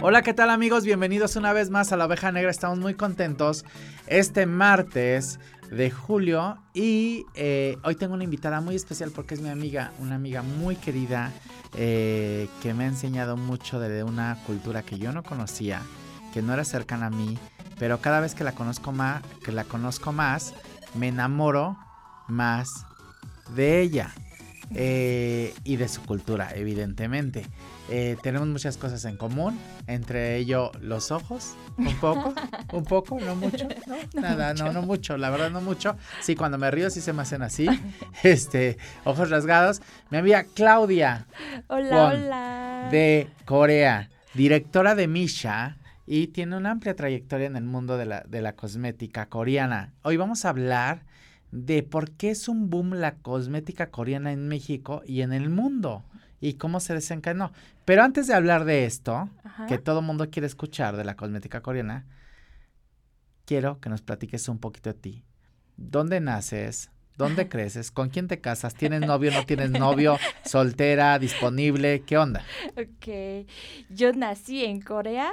Hola, ¿qué tal amigos? Bienvenidos una vez más a La Oveja Negra. Estamos muy contentos este martes de julio y hoy tengo una invitada muy especial porque es mi amiga, una amiga muy querida que me ha enseñado mucho de una cultura que yo no conocía, que no era cercana a mí, pero cada vez que la conozco más, me enamoro más de ella y de su cultura, evidentemente. Tenemos muchas cosas en común, entre ello los ojos, un poco, no mucho, no mucho, la verdad no mucho. Sí, cuando me río sí se me hacen así, ojos rasgados. Mi amiga Claudia Hola. de Corea, directora de Misha y tiene una amplia trayectoria en el mundo de la cosmética coreana. Hoy vamos a hablar de por qué es un boom la cosmética coreana en México y en el mundo y cómo se desencadenó. Pero antes de hablar de esto, que todo el mundo quiere escuchar de la cosmética coreana, quiero que nos platiques un poquito de ti. ¿Dónde naces? ¿Dónde creces? ¿Con quién te casas? ¿Tienes novio? ¿No tienes novio? ¿Soltera? ¿Disponible? ¿Qué onda? Ok, yo nací en Corea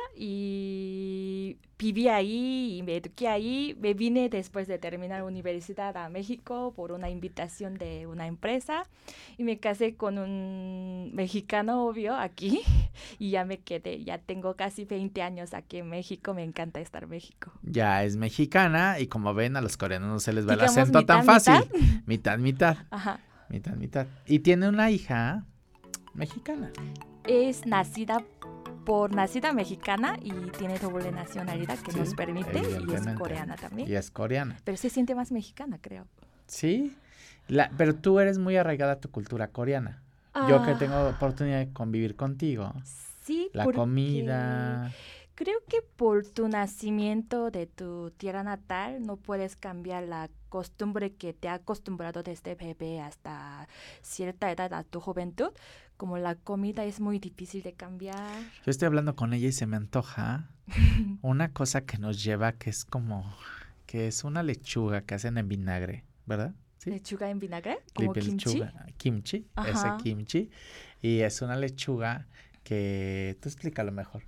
y viví ahí y me eduqué ahí. Me vine después de terminar universidad a México por una invitación de una empresa y me casé con un mexicano, obvio, aquí y ya me quedé. Ya tengo casi 20 años aquí en México. Me encanta estar en México. Ya es mexicana y como ven a los coreanos no se les va el Digamos, acento mitad, tan fácil. mitad. Mitad. Ajá. Mitad. Y tiene una hija mexicana. Es nacida mexicana y tiene doble nacionalidad que nos permite y es coreana también. Y es coreana. Pero se siente más mexicana, creo. Sí, pero tú eres muy arraigada a tu cultura coreana. Yo que tengo oportunidad de convivir contigo. Sí, la comida. Creo que por tu nacimiento de tu tierra natal no puedes cambiar la costumbre que te ha acostumbrado desde bebé hasta cierta edad, a tu juventud. Como la comida es muy difícil de cambiar. Yo estoy hablando con ella y se me antoja una cosa que nos lleva que es una lechuga que hacen en vinagre, ¿verdad? ¿Sí? ¿Lechuga en vinagre? ¿Como kimchi? Kimchi, ese kimchi. Y es una lechuga que... Tú explícalo mejor.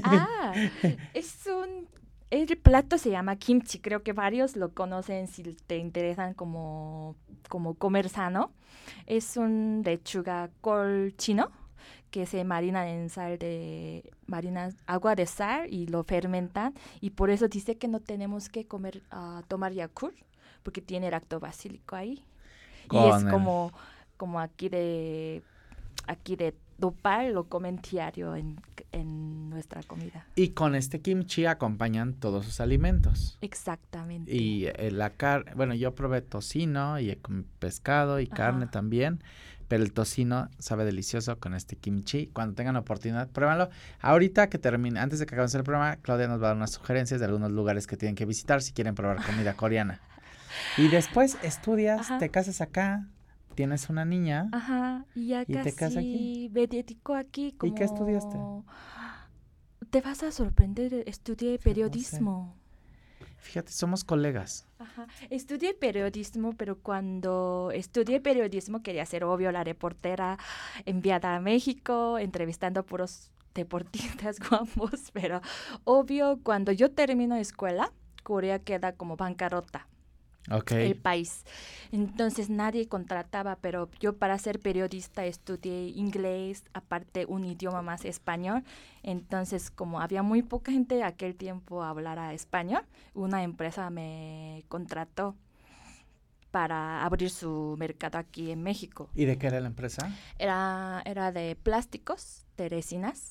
El plato se llama kimchi, creo que varios lo conocen si te interesan como comer sano. Es un lechuga col chino que se marina en agua de sal y lo fermentan y por eso dice que no tenemos que tomar Yakult porque tiene lactobacílico ahí. Y es como aquí de nopal lo comen diario en nuestra comida. Y con este kimchi acompañan todos sus alimentos. Exactamente. Y la carne, bueno, yo probé tocino y pescado y carne también, pero el tocino sabe delicioso con este kimchi. Cuando tengan oportunidad, pruébanlo. Ahorita que termine, antes de que acabemos el programa, Claudia nos va a dar unas sugerencias de algunos lugares que tienen que visitar si quieren probar comida coreana. Y después estudias, te casas acá. Tienes una niña. Y ya y te casas aquí. Me dedico aquí como... ¿Y qué estudiaste? Te vas a sorprender, estudié periodismo. No sé. Fíjate, somos colegas. Estudié periodismo, pero cuando estudié periodismo quería ser, obvio, la reportera enviada a México, entrevistando puros deportistas guapos, pero obvio, cuando yo termino escuela, Corea queda como bancarrota. El país. Entonces nadie contrataba, pero yo para ser periodista estudié inglés, aparte un idioma más español. Entonces como había muy poca gente de aquel tiempo hablara español, una empresa me contrató para abrir su mercado aquí en México. ¿Y de qué era la empresa? Era de plásticos, de resinas.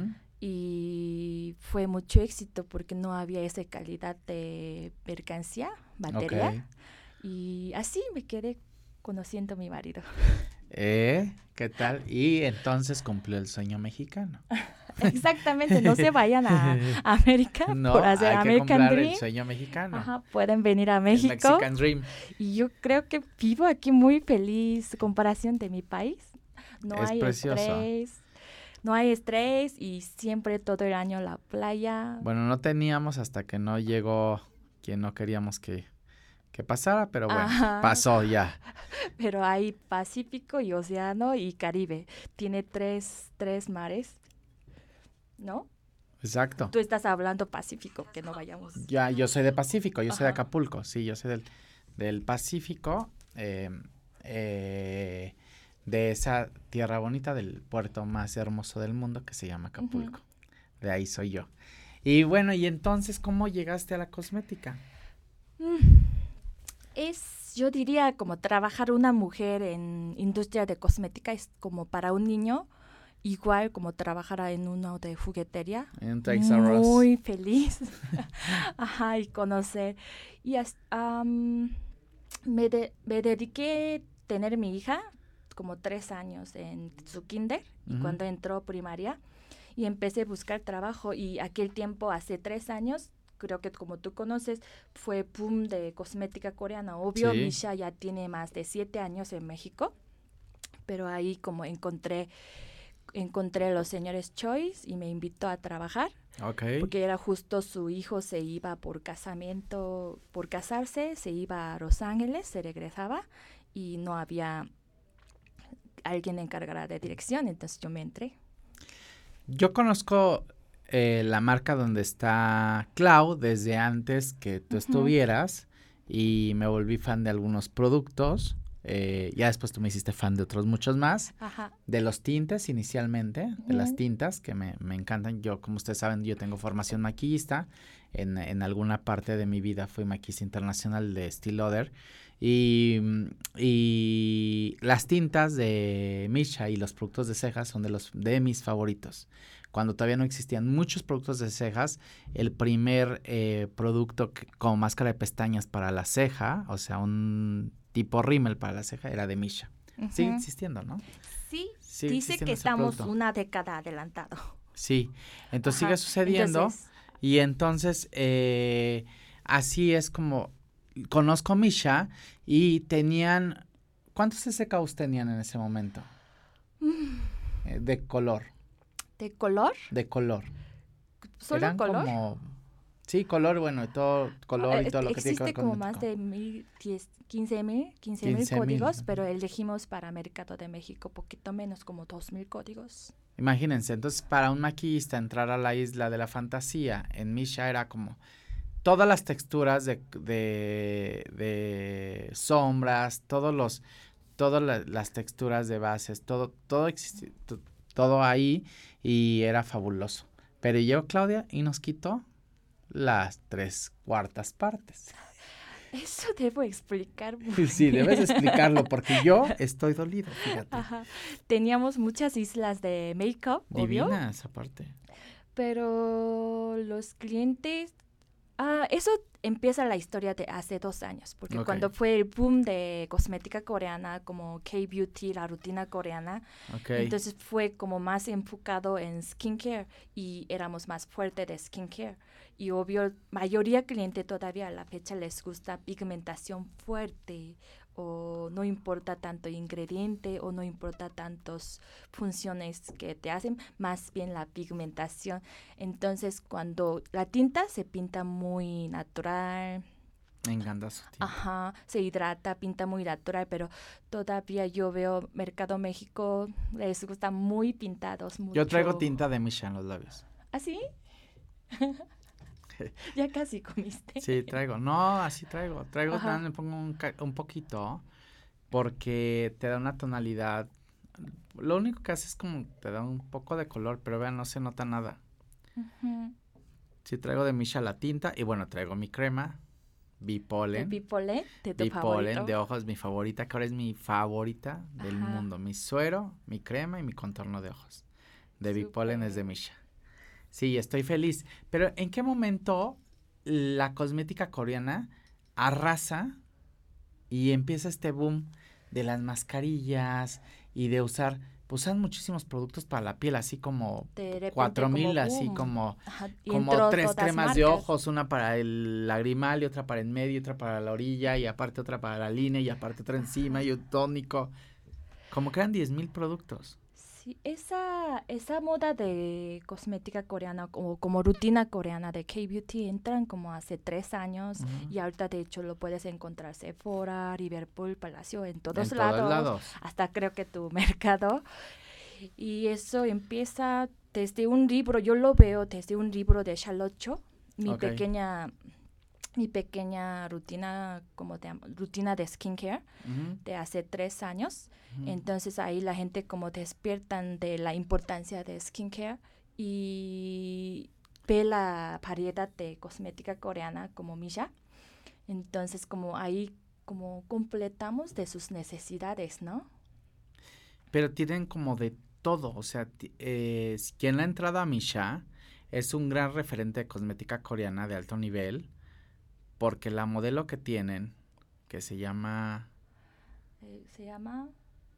Y fue mucho éxito porque no había esa calidad de mercancía, batería. Y así me quedé conociendo a mi marido. ¿Qué tal? Y entonces cumplió el sueño mexicano. Exactamente, no se vayan a América por hacer American Dream. El sueño mexicano. Pueden venir a México. El Mexican Dream. Y yo creo que vivo aquí muy feliz, comparación de mi país. No hay estrés. No hay estrés y siempre todo el año la playa. Bueno, no teníamos hasta que no llegó quien no queríamos que pasara, pero bueno, pasó ya. Pero hay Pacífico y Océano y Caribe. Tiene tres mares, ¿no? Exacto. Tú estás hablando Pacífico, que no vayamos. Ya, yo soy de Pacífico, yo soy de Ajá. Acapulco, sí, yo soy del Pacífico, de esa tierra bonita, del puerto más hermoso del mundo que se llama Acapulco. De ahí soy yo. Y bueno, y entonces, ¿cómo llegaste a la cosmética? Yo diría, como trabajar una mujer en industria de cosmética es como para un niño, igual como trabajar en uno de juguetería. En Toys R Us. Muy feliz. Ajá, y conocer. Y me dediqué a tener mi hija como 3 años en su kinder, y cuando entró primaria, y empecé a buscar trabajo, y aquel tiempo, hace 3 años, creo que como tú conoces, fue boom de cosmética coreana. Obvio, Sí. Misha ya tiene más de 7 años en México, pero ahí como encontré los señores Choice y me invitó a trabajar. Okay. Porque era justo su hijo se iba por casarse, se iba a Los Ángeles, se regresaba y no había alguien encargada de dirección, entonces yo me entré. Yo conozco la marca donde está Clau desde antes que tú estuvieras y me volví fan de algunos productos. Ya después tú me hiciste fan de otros muchos más. Ajá. De los tintes inicialmente, de las tintas que me encantan. Yo, como ustedes saben, yo tengo formación maquillista. En alguna parte de mi vida fui maquillista internacional de Estée Lauder. Y las tintas de Misha y los productos de cejas son de mis favoritos. Cuando todavía no existían muchos productos de cejas, el primer producto como máscara de pestañas para la ceja, o sea, un tipo rímel para la ceja, era de Misha. Sigue existiendo, ¿no? Sí, Sigue dice existiendo que ese estamos producto. una década adelantado. Sí, entonces Ajá. sigue sucediendo. Entonces, Y entonces, así es como conozco Misha y tenían, ¿cuántos SKUs tenían en ese momento? De color. ¿de color? De color. ¿Solo Eran color? como, sí, color, bueno, todo color y todo lo que tiene que ver Existe con como más de 15,000 15,000. códigos, pero elegimos para Mercado de México poquito menos, como 2,000 códigos. Imagínense, entonces para un maquillista entrar a la isla de la fantasía en Misha era como todas las texturas de sombras, todas las texturas de bases, todo existía, todo ahí y era fabuloso. Pero llegó Claudia y nos quitó las 3/4 partes. Eso debo explicar muy Sí, bien. debes explicarlo porque yo estoy dolido, fíjate. Ajá. Teníamos muchas islas de make-up, obvio, Divina esa parte. pero los clientes... eso empieza la historia de hace 2 años, porque Ok. cuando fue el boom de cosmética coreana, como K-Beauty, la rutina coreana, Ok. entonces fue como más enfocado en skincare y éramos más fuerte de skincare. Y obvio, mayoría cliente todavía a la fecha les gusta pigmentación fuerte, o no importa tanto ingrediente, o no importa tantas funciones que te hacen, más bien la pigmentación. Entonces, cuando la tinta se pinta muy natural, Me encanta su tinta. ajá, se hidrata, pinta muy natural, pero todavía yo veo Mercado México, les gusta muy pintados, mucho. Yo traigo tinta de Misha en los labios. ¿Ah, sí? Ya casi comiste. Sí, traigo. No, así traigo. Traigo, Ajá. nada, me pongo un poquito porque te da una tonalidad. Lo único que hace es como te da un poco de color, pero vean, no se nota nada. Ujú. Sí, traigo de Misha la tinta y bueno, traigo mi crema, ¿De Bipolen. Bipolen? ¿De tu Bipolen favorito? de ojos, mi favorita, que ahora es mi favorita del Ajá. mundo. Mi suero, mi crema y mi contorno de ojos. De Bipolen es de Súper. Misha. Sí, estoy feliz. Pero ¿en qué momento la cosmética coreana arrasa y empieza este boom de las mascarillas y de usar, pues usan muchísimos productos para la piel, así como De repente 4,000, como así boom. como Ajá, y como entró 3 todas cremas de marcas. ojos, una para el lagrimal y otra para el medio y otra para la orilla y aparte otra para la línea y aparte otra encima y un tónico. Como que eran 10,000 productos. Sí, esa moda de cosmética coreana como rutina coreana de K-Beauty entran como hace 3 años y ahorita de hecho lo puedes encontrar Sephora, Liverpool, Palacio, en todos En lados, todos lados. hasta creo que tu mercado. Y eso empieza desde un libro, yo lo veo desde un libro de Charlotte Cho, mi Ok. pequeña rutina, rutina de skincare Ujú, de hace 3 años. ujú. Entonces ahí la gente como despiertan de la importancia de skincare y ve la variedad de cosmética coreana como Misha. Entonces como ahí como completamos de sus necesidades, ¿no? Pero tienen como de todo, o sea, quien ha entrado a Misha es un gran referente de cosmética coreana de alto nivel, porque la modelo que tienen, que se llama, Se llama...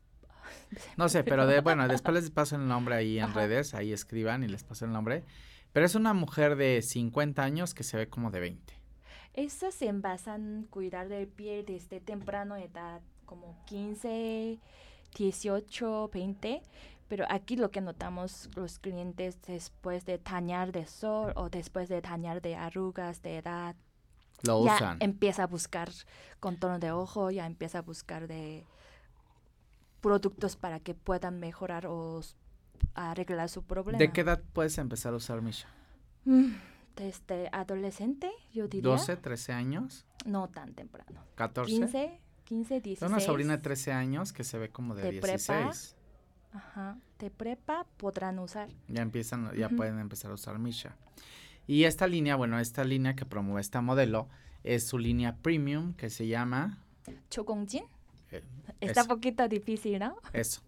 no sé, pero bueno, después les paso el nombre ahí en Ajá. redes, ahí escriban y les paso el nombre, pero es una mujer de 50 años que se ve como de 20. Esas se basan en cuidar del piel desde temprano edad, como 15, 18, 20. Pero aquí lo que notamos los clientes después de dañar de sol o después de dañar de arrugas de edad, Lo ya usan. empieza a buscar contorno de ojo, ya empieza a buscar de productos para que puedan mejorar o arreglar su ¿De problema. qué edad puedes empezar a usar Misha? Mm, Desde adolescente, yo diría, 12, 13 años, no tan temprano. 14. 15, Tengo una 16. sobrina de 13 años que se ve como de De prepa, 16. ajá, de prepa podrán usar. Ya Ujú. pueden empezar a usar Misha. Y esta línea, bueno, esta línea que promueve esta modelo es su línea premium que se llama Chogongjin, eh, está eso, poquito difícil, ¿no? eso.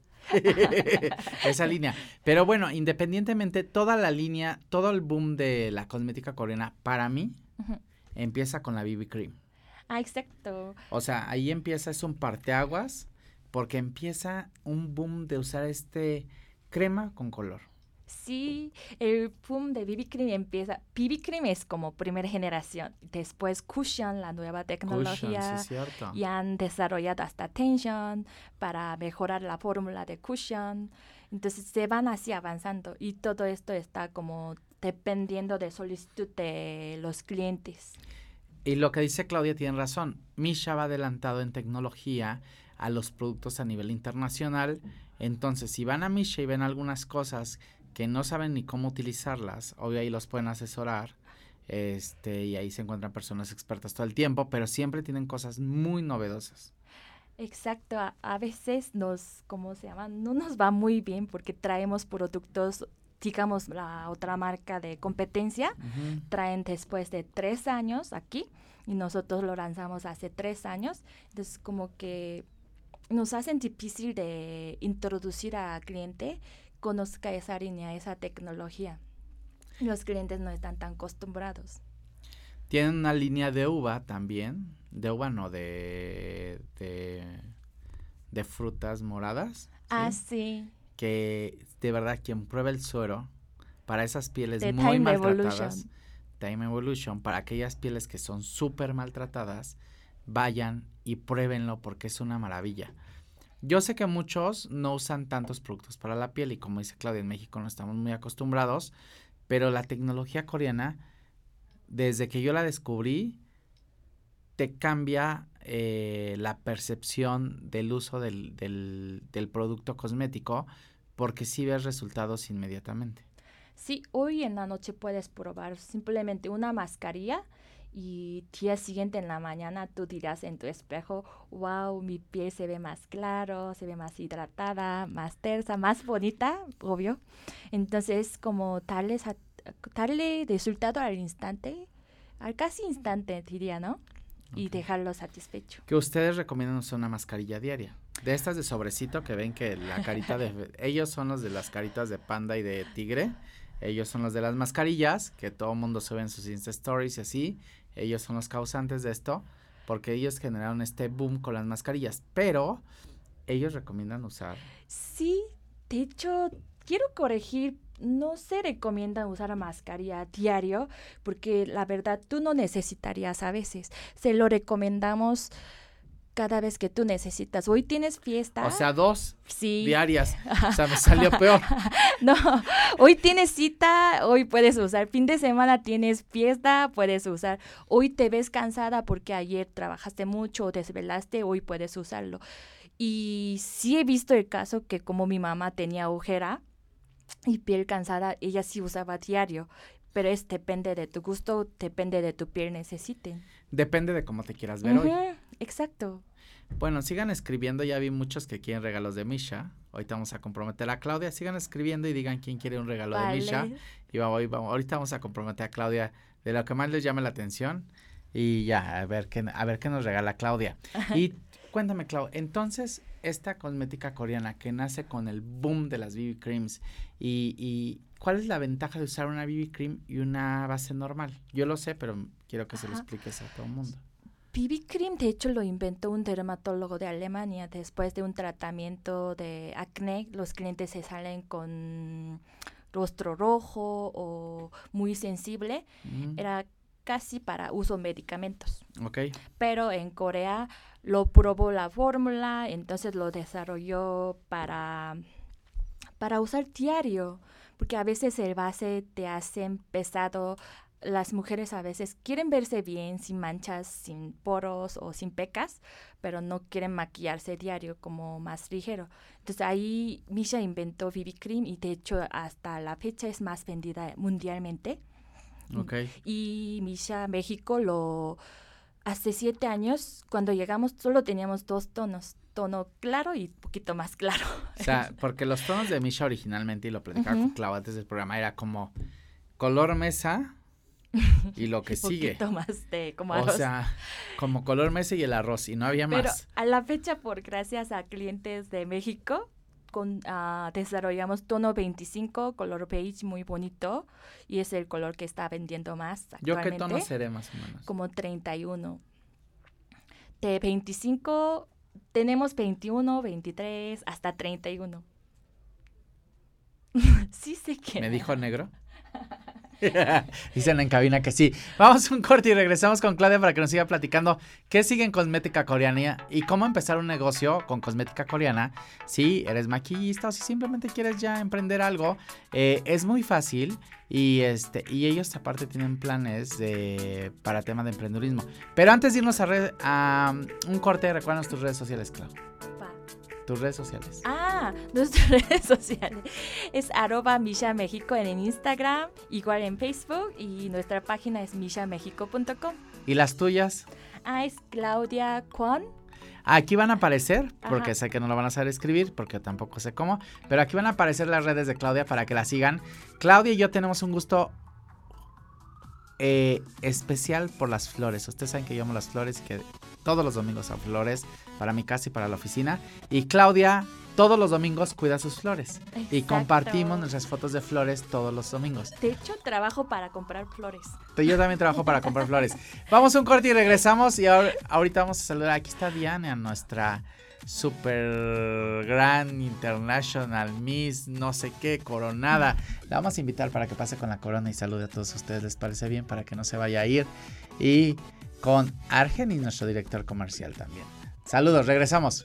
Esa línea. Pero bueno, independientemente, toda la línea, todo el boom de la cosmética coreana, para mí, Ujú. empieza con la BB Cream. Ah, exacto. O sea, ahí empieza, es un parteaguas, porque empieza un boom de usar crema con color. Sí, el boom de BB Cream empieza. BB Cream es como primera generación. Después Cushion, la nueva Cushion, sí es tecnología, cierto. y han desarrollado hasta Tension para mejorar la fórmula de Cushion. Entonces se van así avanzando y todo esto está como dependiendo de solicitud de los clientes. Y lo que dice Claudia tiene razón. Misha va adelantado en tecnología a los productos a nivel internacional. Entonces, si van a Misha y ven algunas cosas que no saben ni cómo utilizarlas, obvio ahí los pueden asesorar. Y ahí se encuentran personas expertas todo el tiempo, pero siempre tienen cosas muy novedosas. Exacto, a veces ¿cómo se llama? No nos va muy bien porque traemos productos, digamos, la otra marca de competencia, Ujú. traen después de 3 años aquí y nosotros lo lanzamos hace 3 años. Entonces, como que nos hacen difícil de introducir a cliente, conozca esa línea, esa tecnología. Los clientes no están tan acostumbrados. Tienen una línea de uva también. De uva no, de frutas moradas, Ah, ¿sí? sí, Que de verdad quien prueba el suero para esas pieles de muy Time maltratadas, Evolution. Time Evolution, para aquellas pieles que son súper maltratadas, vayan y pruébenlo porque es una maravilla. Yo sé que muchos no usan tantos productos para la piel y como dice Claudia, en México no estamos muy acostumbrados, pero la tecnología coreana, desde que yo la descubrí, te cambia la percepción del uso del producto cosmético porque sí ves resultados inmediatamente. Sí, hoy en la noche puedes probar simplemente una mascarilla y día siguiente en la mañana tú dirás en tu espejo, wow, mi piel se ve más claro, se ve más hidratada, más tersa, más bonita, obvio. Entonces, como darle resultado al instante, al casi instante diría, ¿no? Y Okay. dejarlo satisfecho. Que ustedes recomiendan usar una mascarilla diaria. De estas de sobrecito que ven que la carita de... Ellos son los de las caritas de panda y de tigre. Ellos son los de las mascarillas, que todo el mundo sube en sus Insta Stories y así. Ellos son los causantes de esto, porque ellos generaron este boom con las mascarillas. Pero ellos recomiendan usar... Sí, de hecho, quiero corregir, no se recomienda usar mascarilla diario porque la verdad tú no necesitarías a veces. Se lo recomendamos cada vez que tú necesitas. Hoy tienes O fiesta, sea, 2 sí. diarias. O sea, me salió peor. No, hoy tienes cita, hoy puedes usar. Fin de semana tienes fiesta, puedes usar. Hoy te ves cansada porque ayer trabajaste mucho o desvelaste, hoy puedes usarlo. Y sí he visto el caso que como mi mamá tenía ojera, y piel cansada, ella sí usaba diario. Pero depende de tu gusto, depende de tu piel necesiten. Depende de cómo te quieras ver hoy. Exacto. Bueno, sigan escribiendo, ya vi muchos que quieren regalos de Misha. Ahorita vamos a comprometer a Claudia. Sigan escribiendo y digan quién quiere un regalo de Misha. Y ahorita vamos a comprometer a Claudia de lo que más les llame la atención. Y ya, a ver qué nos regala Claudia. Y cuéntame, Clau, entonces, esta cosmética coreana que nace con el boom de las BB Creams y ¿cuál es la ventaja de usar una BB Cream y una base normal? Yo lo sé, pero quiero que se lo expliques a todo el mundo. BB Cream, de hecho, lo inventó un dermatólogo de Alemania. Después de un tratamiento de acné, los clientes se salen con rostro rojo o muy sensible. Era casi para uso medicamentos. Okay. Pero en Corea lo probó la fórmula, entonces lo desarrolló para usar diario, porque a veces el base te hace pesado. Las mujeres a veces quieren verse bien, sin manchas, sin poros o sin pecas, pero no quieren maquillarse diario, como más ligero. Entonces ahí Misha inventó BB Cream y de hecho hasta la fecha es más vendida mundialmente. Okay. Y Misha México hace 7 años, cuando llegamos, solo teníamos 2 tonos. Tono claro y poquito más claro. O sea, porque los tonos de Misha originalmente, y lo platicaba con Clau antes del programa, era como color mesa y lo que sigue. Un poquito más de como arroz. O sea, como color mesa y el arroz, y no había más. Pero a la fecha, por gracias a clientes de México, desarrollamos tono 25, color beige muy bonito, y es el color que está vendiendo más actualmente. ¿Yo qué tono seré más o menos? Como 31. De 25, tenemos 21, 23, hasta 31. Sí sé que... ¿Me dijo negro? Dicen en cabina que sí. Vamos a un corte y regresamos con Claudia para que nos siga platicando qué sigue en cosmética coreana y cómo empezar un negocio con cosmética coreana. Si eres maquillista o si simplemente quieres ya emprender algo, es muy fácil y ellos aparte tienen planes para tema de emprendedurismo. Pero antes de irnos a un corte, recuérdanos tus redes sociales, Clau. Tus redes sociales. Nuestras redes sociales es @MishaMéxico en Instagram, igual en Facebook, y nuestra página es mishamexico.com. ¿Y las tuyas? Es Claudia Kwon. Aquí van a aparecer, porque sé que no lo van a saber escribir, porque tampoco sé cómo, pero aquí van a aparecer las redes de Claudia para que la sigan. Claudia y yo tenemos un gusto especial por las flores. Ustedes saben que yo amo las flores y que todos los domingos hago flores para mi casa y para la oficina. Y Claudia todos los domingos cuida sus flores. Exacto. Y compartimos nuestras fotos de flores todos los domingos. De hecho, trabajo para comprar flores. Yo también trabajo para comprar flores. Vamos a un corte y regresamos. Y ahorita vamos a saludar. Aquí está Diana, nuestra super gran international Miss no sé qué coronada. La vamos a invitar para que pase con la corona y salude a todos ustedes. ¿Les parece bien? Para que no se vaya a ir. Y con Argenis, nuestro director comercial también. Saludos, regresamos.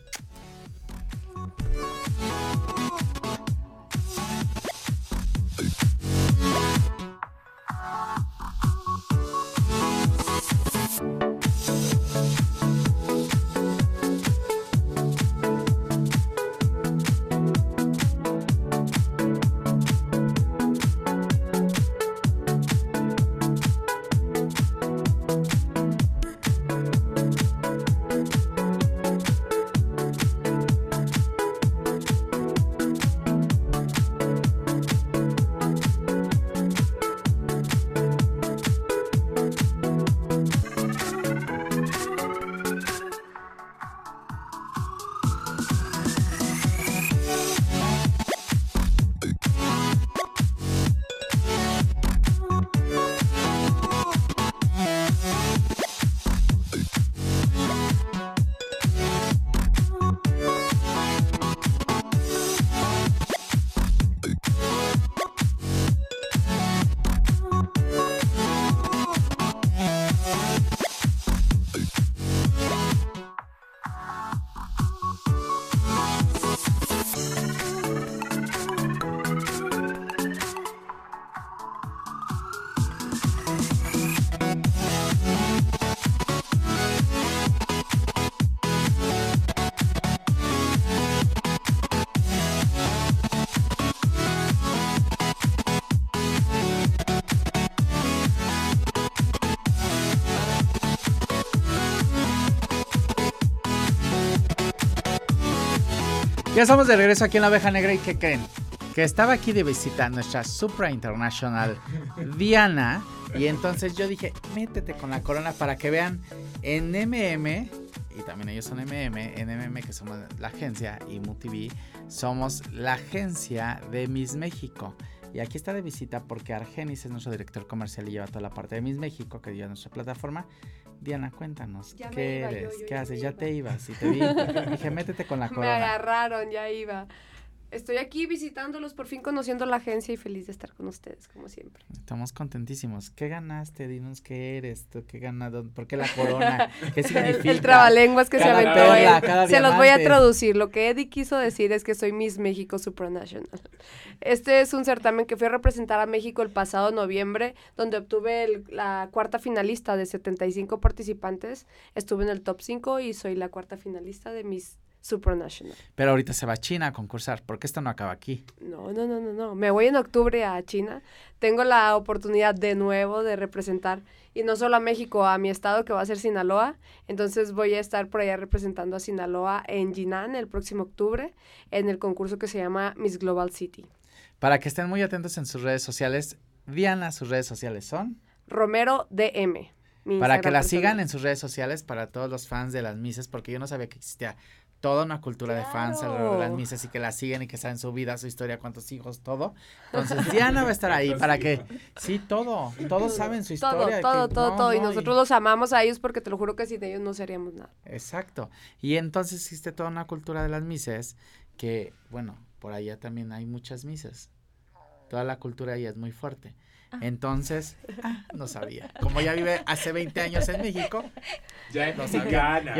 Ya estamos de regreso aquí en La Oveja Negra y ¿qué creen? Que estaba aquí de visita nuestra Supra International Diana y entonces yo dije, métete con la corona para que vean en MM, y también ellos son MM, en MM que somos la agencia y MUTV, somos la agencia de Miss México. Y aquí está de visita porque Argenis es nuestro director comercial y lleva toda la parte de Miss México que lleva nuestra plataforma. Diana, cuéntanos, ¿qué eres? ¿Qué haces? Ya te ibas y te vi. Dije, métete con la corona. Me agarraron, ya iba. Estoy aquí visitándolos, por fin conociendo la agencia y feliz de estar con ustedes, como siempre. Estamos contentísimos. ¿Qué ganaste? Dinos qué eres, tú, qué ganado, por qué la corona, qué significa. El trabalenguas que cada se aventó perla, él. cada Se los voy a diamante. traducir. Lo que Eddie quiso decir es que soy Miss México Supranational. Este es un certamen que fui a representar a México el pasado noviembre, donde obtuve la cuarta finalista de 75 participantes. Estuve en el top 5 y soy la cuarta finalista de Miss Supranational. Pero ahorita se va a China a concursar, porque esto no acaba aquí. No. Me voy en octubre a China. Tengo la oportunidad de nuevo de representar, y no solo a México, a mi estado que va a ser Sinaloa. Entonces voy a estar por allá representando a Sinaloa en Jinan el próximo octubre, en el concurso que se llama Miss Global City. Para que estén muy atentos en sus redes sociales, Diana, sus redes sociales son... Romero DM. Para que la sigan en sus redes sociales, para todos los fans de las misas, porque yo no sabía que existía toda una cultura de fans alrededor de las misas y que la siguen y que saben su vida, su historia, cuántos hijos, todo. Entonces Diana va a estar ahí para que, sí, todos saben su historia. Todo. Y nosotros los amamos a ellos porque te lo juro que sin ellos no seríamos nada. Exacto. Y entonces existe toda una cultura de las misas que, bueno, por allá también hay muchas misas. Toda la cultura allá es muy fuerte. Entonces, no sabía. Como ya vive hace 20 años en México. Ya es no mexicana. sabía. Ya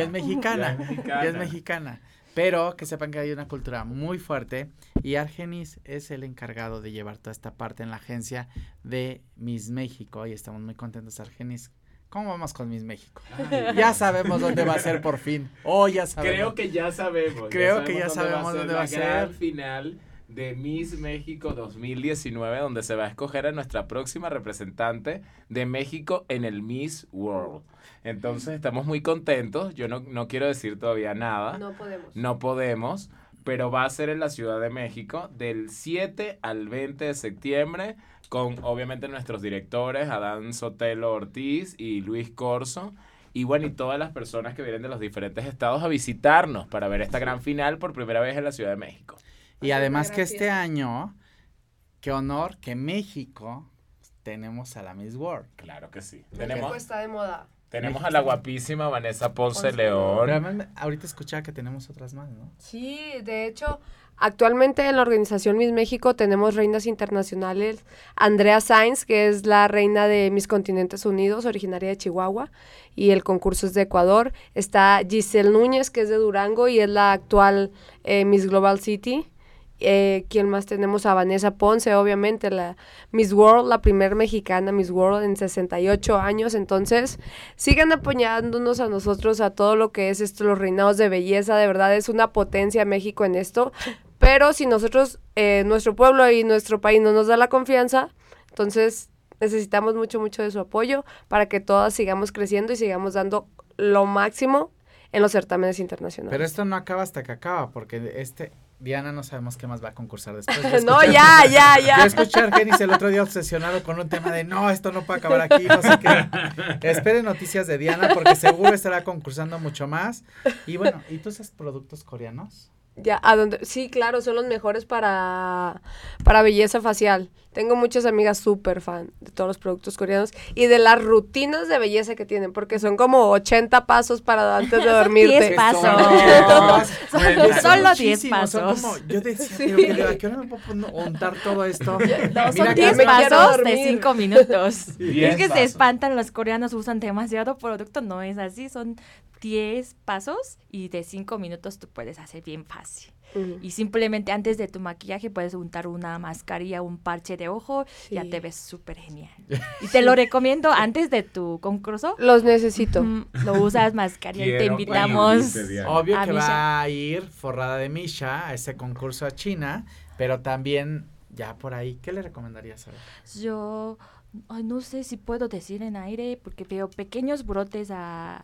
es mexicana. Pero que sepan que hay una cultura muy fuerte y Argenis es el encargado de llevar toda esta parte en la agencia de Miss México y estamos muy contentos, Argenis. ¿Cómo vamos con Miss México? Ya sabemos dónde va a ser por fin. Ya sabemos. Creo que ya sabemos. Creo que ya sabemos dónde va a ser. La gran final de Miss México 2019, donde se va a escoger a nuestra próxima representante de México en el Miss World. Entonces estamos muy contentos. Yo no quiero decir todavía nada. No podemos, pero va a ser en la Ciudad de México del 7 al 20 de septiembre con obviamente nuestros directores Adán Sotelo Ortiz y Luis Corso. Y bueno, y todas las personas que vienen de los diferentes estados a visitarnos para ver esta gran final por primera vez en la Ciudad de México. Y además que este año, qué honor que México tenemos a la Miss World. Claro que sí. México está de moda. Tenemos a la guapísima Vanessa Ponce León. Pero además, ahorita escuchaba que tenemos otras más, ¿no? Sí, de hecho, actualmente en la organización Miss México tenemos reinas internacionales. Andrea Sainz, que es la reina de Miss Continentes Unidos, originaria de Chihuahua, y el concurso es de Ecuador. Está Giselle Núñez, que es de Durango y es la actual Miss Global City. ¿Quién más tenemos? A Vanessa Ponce, obviamente, la Miss World, la primer mexicana Miss World en 68 años. Entonces, sigan apoyándonos a nosotros, a todo lo que es esto, los reinados de belleza. De verdad, es una potencia México en esto. Pero si nosotros, nuestro pueblo y nuestro país no nos da la confianza, entonces necesitamos mucho de su apoyo para que todas sigamos creciendo y sigamos dando lo máximo en los certámenes internacionales. Pero esto no acaba hasta que acaba, porque Diana no sabemos qué más va a concursar después. No, ya. Yo escuché a Argenis el otro día obsesionado con un tema de no, esto no puede acabar aquí, no sé qué. Esperen noticias de Diana porque seguro estará concursando mucho más. Y bueno, ¿y tú haces productos coreanos? Ya, sí, claro, son los mejores para belleza facial. Tengo muchas amigas súper fan de todos los productos coreanos y de las rutinas de belleza que tienen, porque son como 80 pasos para antes de dormirte. 10 pasos. Solo 10 pasos. Yo decía, ¿a qué hora me puedo untar todo esto? No, son Mira, 10 me quiero pasos dormir. de 5 minutos. 10 Es que pasos. se espantan, los coreanos usan demasiado producto, no es así, son 10 pasos y de 5 minutos tú puedes hacer bien fácil. Y simplemente antes de tu maquillaje puedes untar una mascarilla, un parche de ojo, Sí. ya te ves súper genial. Y te lo recomiendo antes de tu concurso. Los necesito. Lo usas mascarilla y te Quiero invitamos. que lo dice, Obvio a que Misha. va a ir forrada de Misha a ese concurso a China, pero también ya por ahí, ¿qué le recomendarías a ver? Yo no sé si puedo decir en aire porque veo pequeños brotes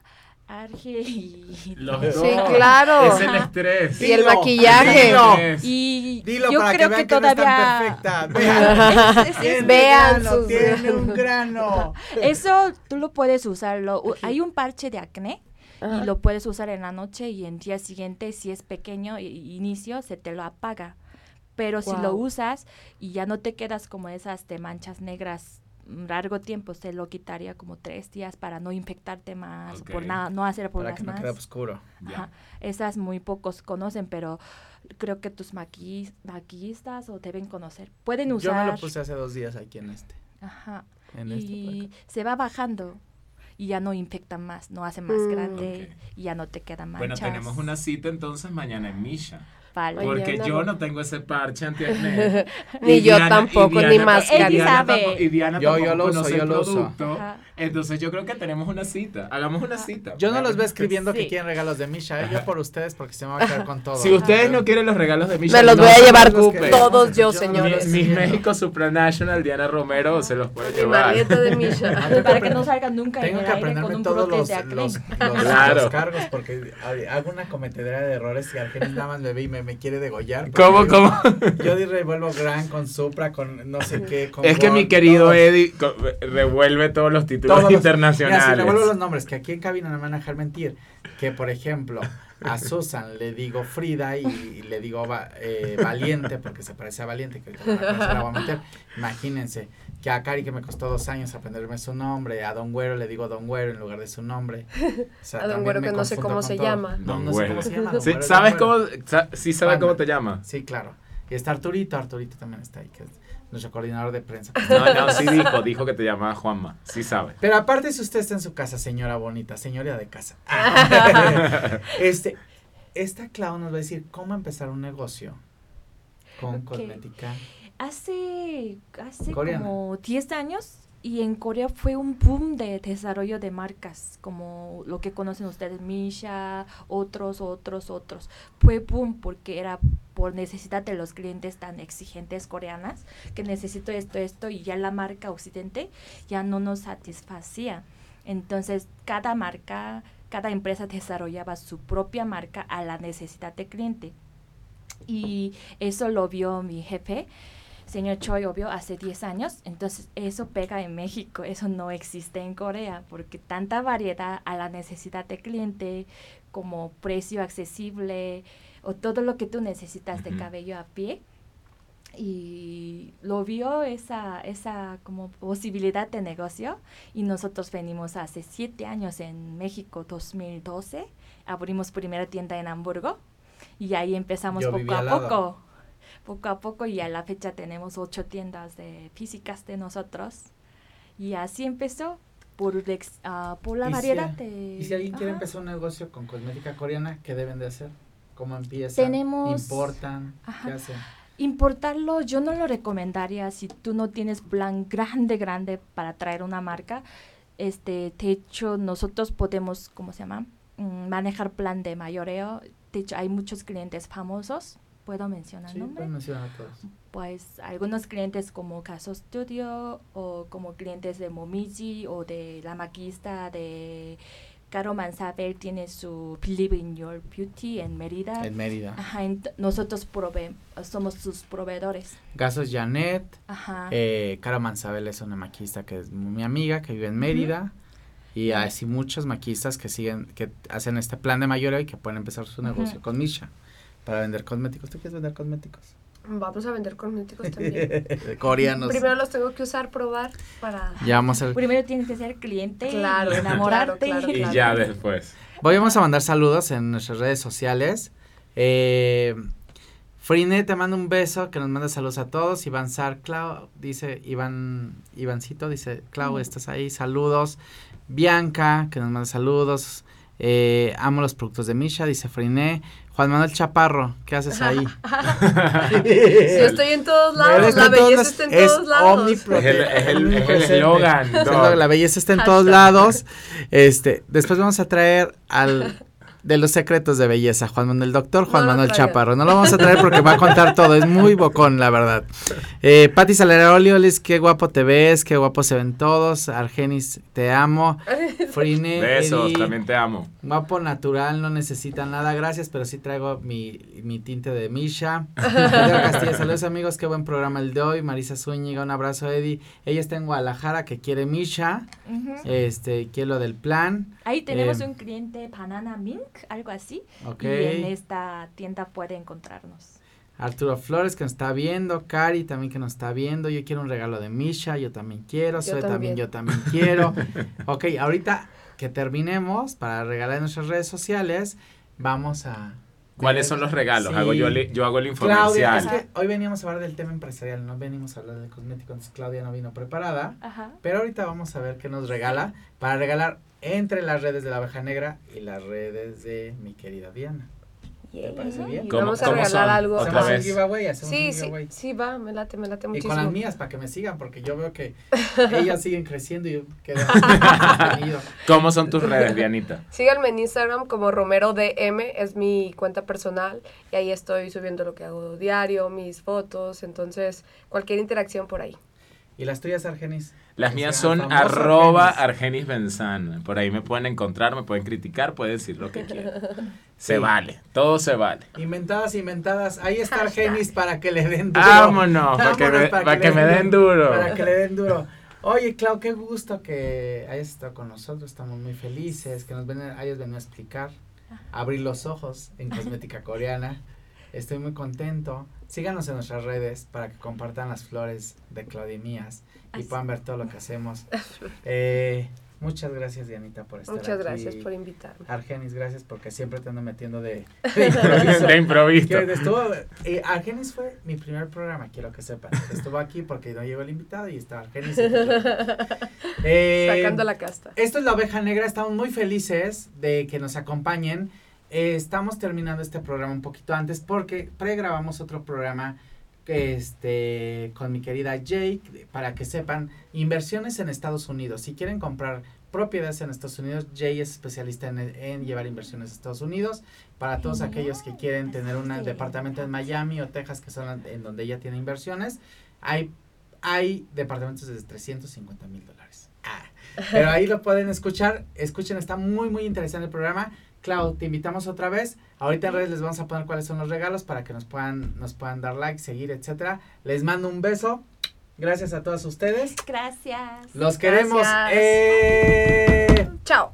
Arge y... Los Sí, dos. claro. Es el estrés. Y el Dilo, maquillaje. dilo. Y Dilo yo para creo que vean que que no es tan todavía... perfecta. Vean, tiene Vean grano, sus tiene granos. un grano. Eso tú lo puedes usarlo. Hay un parche de acné Ajá. y lo puedes usar en la noche y en día siguiente, si es pequeño, inicio, se te lo apaga. Pero si lo Guau. usas y ya no te quedas como esas de manchas negras largo tiempo, se lo quitaría como 3 días para no infectarte más, Ok. por nada, no hacer Para pulgas que no más. quede oscuro. Ya. Ajá. Esas muy pocos conocen, pero creo que tus maquillistas o deben conocer. Pueden Yo usar. me lo puse hace 2 días aquí en este. Ajá. En este por Y acá. se va bajando y ya no infecta más, no hace más grande Ok. y ya no te quedan Bueno, manchas. tenemos una cita entonces mañana en Misha. Vale. Oye, Porque Ana, yo no. no tengo ese parche antiacné. Ni Y yo Diana- tampoco, y ni Diana- máscara. y Diana Sabe. tampoco- Y Diana Yo tampoco lo uso, conoce yo el lo uso. producto. Ajá. Entonces yo creo que tenemos una cita. Hagamos una cita. Yo no los veo escribiendo que Sí. quieren regalos de Misha, yo por ustedes porque se me va a quedar con todo. Si ustedes no quieren los regalos de Misha, Me los no voy a se llevar preocupen. todos yo, no señores. los Miss entiendo. México Supranational, Diana Romero, se los puede Mi llevar. maleta de Misha. Para que no salgan nunca en Tengo el que aire con aprenderme un todos brote los, de acné. Claro. los cargos porque hago una cometedera de errores y Argenis nada más me ve y me quiere degollar. ¿Cómo, porque cómo? Yo revuelvo Gran con Supra, con no sé qué. Con Es que mi Gold, querido todos. Eddie revuelve todos los títulos Todos los- internacionales. Mira, si revuelvo los nombres, que aquí en cabina no me van a dejar mentir. Que, por ejemplo, a Susan le digo Frida y le digo Valiente, porque se parece a Valiente, que ahorita la voy a meter. Imagínense, que a Cari, que me costó 2 años aprenderme su nombre, a Don Güero le digo Don Güero en lugar de su nombre. O sea, A Don también Güero me que no sé confundo cómo con se todo. llama. No, Don no sé Güero. cómo se llama. Don Sí, Güero, ¿sabes Don Güero. cómo? Sí, sabe Juana. cómo te llama. Sí, claro. Y está Arturito también está ahí, que es nuestro coordinador de prensa. No, sí dijo que te llamaba Juanma. Sí sabe. Pero aparte, si usted está en su casa, señora bonita, señora de casa. Esta Clau nos va a decir cómo empezar un negocio con Ok. cosmética. Hace Coreana. como 10 años y en Corea fue un boom de desarrollo de marcas, como lo que conocen ustedes, Misha, otros. Fue boom porque era por necesidad de los clientes tan exigentes coreanas, que necesito esto, y ya la marca occidente ya no nos satisfacía. Entonces, cada empresa desarrollaba su propia marca a la necesidad del cliente. Y eso lo vio mi jefe, señor Choi, obvio, hace 10 años. Entonces, eso pega en México, eso no existe en Corea, porque tanta variedad a la necesidad del cliente, como precio accesible, o todo lo que tú necesitas de Ujú. cabello a pie. Y lo vio esa como posibilidad de negocio, y nosotros venimos hace 7 años en México, 2012, abrimos primera tienda en Hamburgo, y ahí empezamos Yo poco vivía a al lado. poco, y a la fecha tenemos 8 tiendas físicas de nosotros, y así empezó por la Y si- variedad Y si alguien quiere Ajá. empezar un negocio con cosmética coreana, ¿qué deben de hacer? ¿Cómo empiezan? Tenemos- ¿Importan? Ajá. ¿Qué hacen? Importarlo yo no lo recomendaría si tú no tienes plan grande para traer una marca. De hecho, nosotros podemos, ¿cómo se llama? Manejar plan de mayoreo. De hecho, hay muchos clientes famosos. ¿Puedo mencionar Sí, nombres? pueden mencionar a todos. Pues algunos clientes como Caso Studio, o como clientes de Momiji, o de la maquillista de Caro Mansabel, tiene su Believe in Your Beauty en Mérida. En Mérida. Ajá, nosotros somos sus proveedores. Gasos Janet. Ajá. Caro Mansabel es una maquista que es mi amiga, que vive en Mérida. Y hay así muchos maquistas que hacen este plan de mayoreo y que pueden empezar su negocio con Misha para vender cosméticos. ¿Tú quieres vender cosméticos? Vamos a vender cosméticos también. Coreanos. Primero los tengo que usar, probar para... Ya vamos a... Primero tienes que ser cliente, Claro, y enamorarte. claro, Y claro. ya después. Vamos a mandar saludos en nuestras redes sociales. Frine te manda un beso, que nos manda saludos a todos. Iván Sar, Clau, dice Ivancito, dice, Clau, estás ahí, saludos. Bianca, que nos manda saludos. Amo los productos de Misha, dice Frine. Juan Manuel Chaparro, ¿qué haces ahí? Yo estoy en todos lados, Eres la con todos belleza los- está en es todos lados. Es el eslogan. La belleza está en todos lados. Después vamos a traer al de los secretos de belleza, el doctor Juan No lo Manuel traigan. Chaparro. No lo vamos a traer porque va a contar todo, es muy bocón, la verdad. Pati Saleroli, Olis, qué guapo te ves, qué guapo se ven todos. Argenis, te amo. Frine, Besos, Eddie, también te amo. guapo natural, no necesita nada, gracias, pero sí traigo mi tinte de Misha. Pedro Castilla, saludos amigos, qué buen programa el de hoy. Marisa Zúñiga, un abrazo, Eddie. Ella está en Guadalajara, que quiere Misha, quiere lo del plan. Ahí tenemos un cliente Banana Milk, algo así. Ok. Y en esta tienda puede encontrarnos. Arturo Flores que nos está viendo, Cari también que nos está viendo, yo quiero un regalo de Misha, yo también quiero, Zoe también, yo también quiero. Ok, ahorita que terminemos para regalar en nuestras redes sociales, vamos a... ¿Cuáles son los regalos? Sí. Yo hago el Claudia, es infomercial. que hoy veníamos a hablar del tema empresarial, no venimos a hablar del cosmético, entonces Claudia no vino preparada, Ajá. pero ahorita vamos a ver qué nos regala para regalar entre las redes de la Oveja Negra y las redes de mi querida Diana. ¿Te parece bien? ¿Cómo- Vamos a cómo regalar son? algo. Otra Hacemos un vez. giveaway, hacemos Sí, un sí, giveaway. sí, va, me late Y muchísimo. con las mías para que me sigan, porque yo veo que ellas siguen creciendo y yo quedo sostenido. ¿Cómo son tus redes, Dianita? Síganme en Instagram como RomeroDM, es mi cuenta personal y ahí estoy subiendo lo que hago diario, mis fotos, entonces cualquier interacción por ahí. ¿Y las tuyas, Argenis? Las O mías sea, son famoso @Argenis Benzán. Por ahí me pueden encontrar, me pueden criticar, pueden decir lo que quieran. Se Sí. vale, todo se vale. Inventadas. Ahí está Argenis para que le den duro. Vámonos, para que me den duro. Para que le den duro. Oye, Clau, qué gusto que hayas estado con nosotros. Estamos muy felices que hayas venido a explicar, abrir los ojos en cosmética coreana. Estoy muy contento. Síganos en nuestras redes para que compartan las flores de Claudia y mías y puedan ver todo lo que hacemos. Muchas gracias, Dianita, por estar Muchas aquí. gracias por invitarme. Argenis, gracias porque siempre te ando metiendo de De improviso. Argenis fue mi primer programa, quiero que sepan. Estuvo aquí porque no llegó el invitado y estaba Argenis. Sacando la casta. Esto es La Oveja Negra, estamos muy felices de que nos acompañen. Estamos terminando este programa un poquito antes porque pregrabamos otro programa con mi querida Jake, para que sepan, inversiones en Estados Unidos. Si quieren comprar propiedades en Estados Unidos, Jay es especialista en llevar inversiones a Estados Unidos. Para todos aquellos que quieren tener un departamento en Miami o Texas, que son en donde ella tiene inversiones, hay departamentos desde $350,000. Pero ahí lo pueden escuchar. Escuchen, está muy, muy interesante el programa. Clau, te invitamos otra vez. Ahorita en redes les vamos a poner cuáles son los regalos para que nos puedan dar like, seguir, etcétera. Les mando un beso. Gracias a todos ustedes. Gracias. Los queremos. Chao.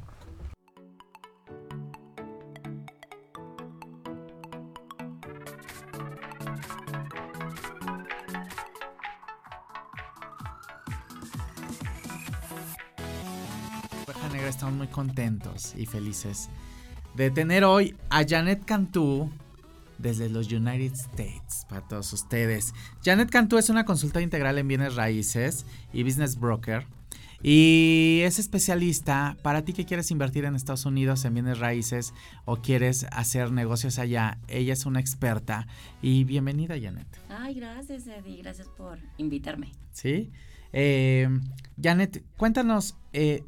Oveja Negra, estamos muy contentos y felices de tener hoy a Janet Cantú desde los United States para todos ustedes. Janet Cantú es una consultora integral en bienes raíces y business broker y es especialista para ti que quieres invertir en Estados Unidos en bienes raíces o quieres hacer negocios allá. Ella es una experta y bienvenida, Janet. Ay, gracias, Eddie, gracias por invitarme. ¿Sí? Janet, cuéntanos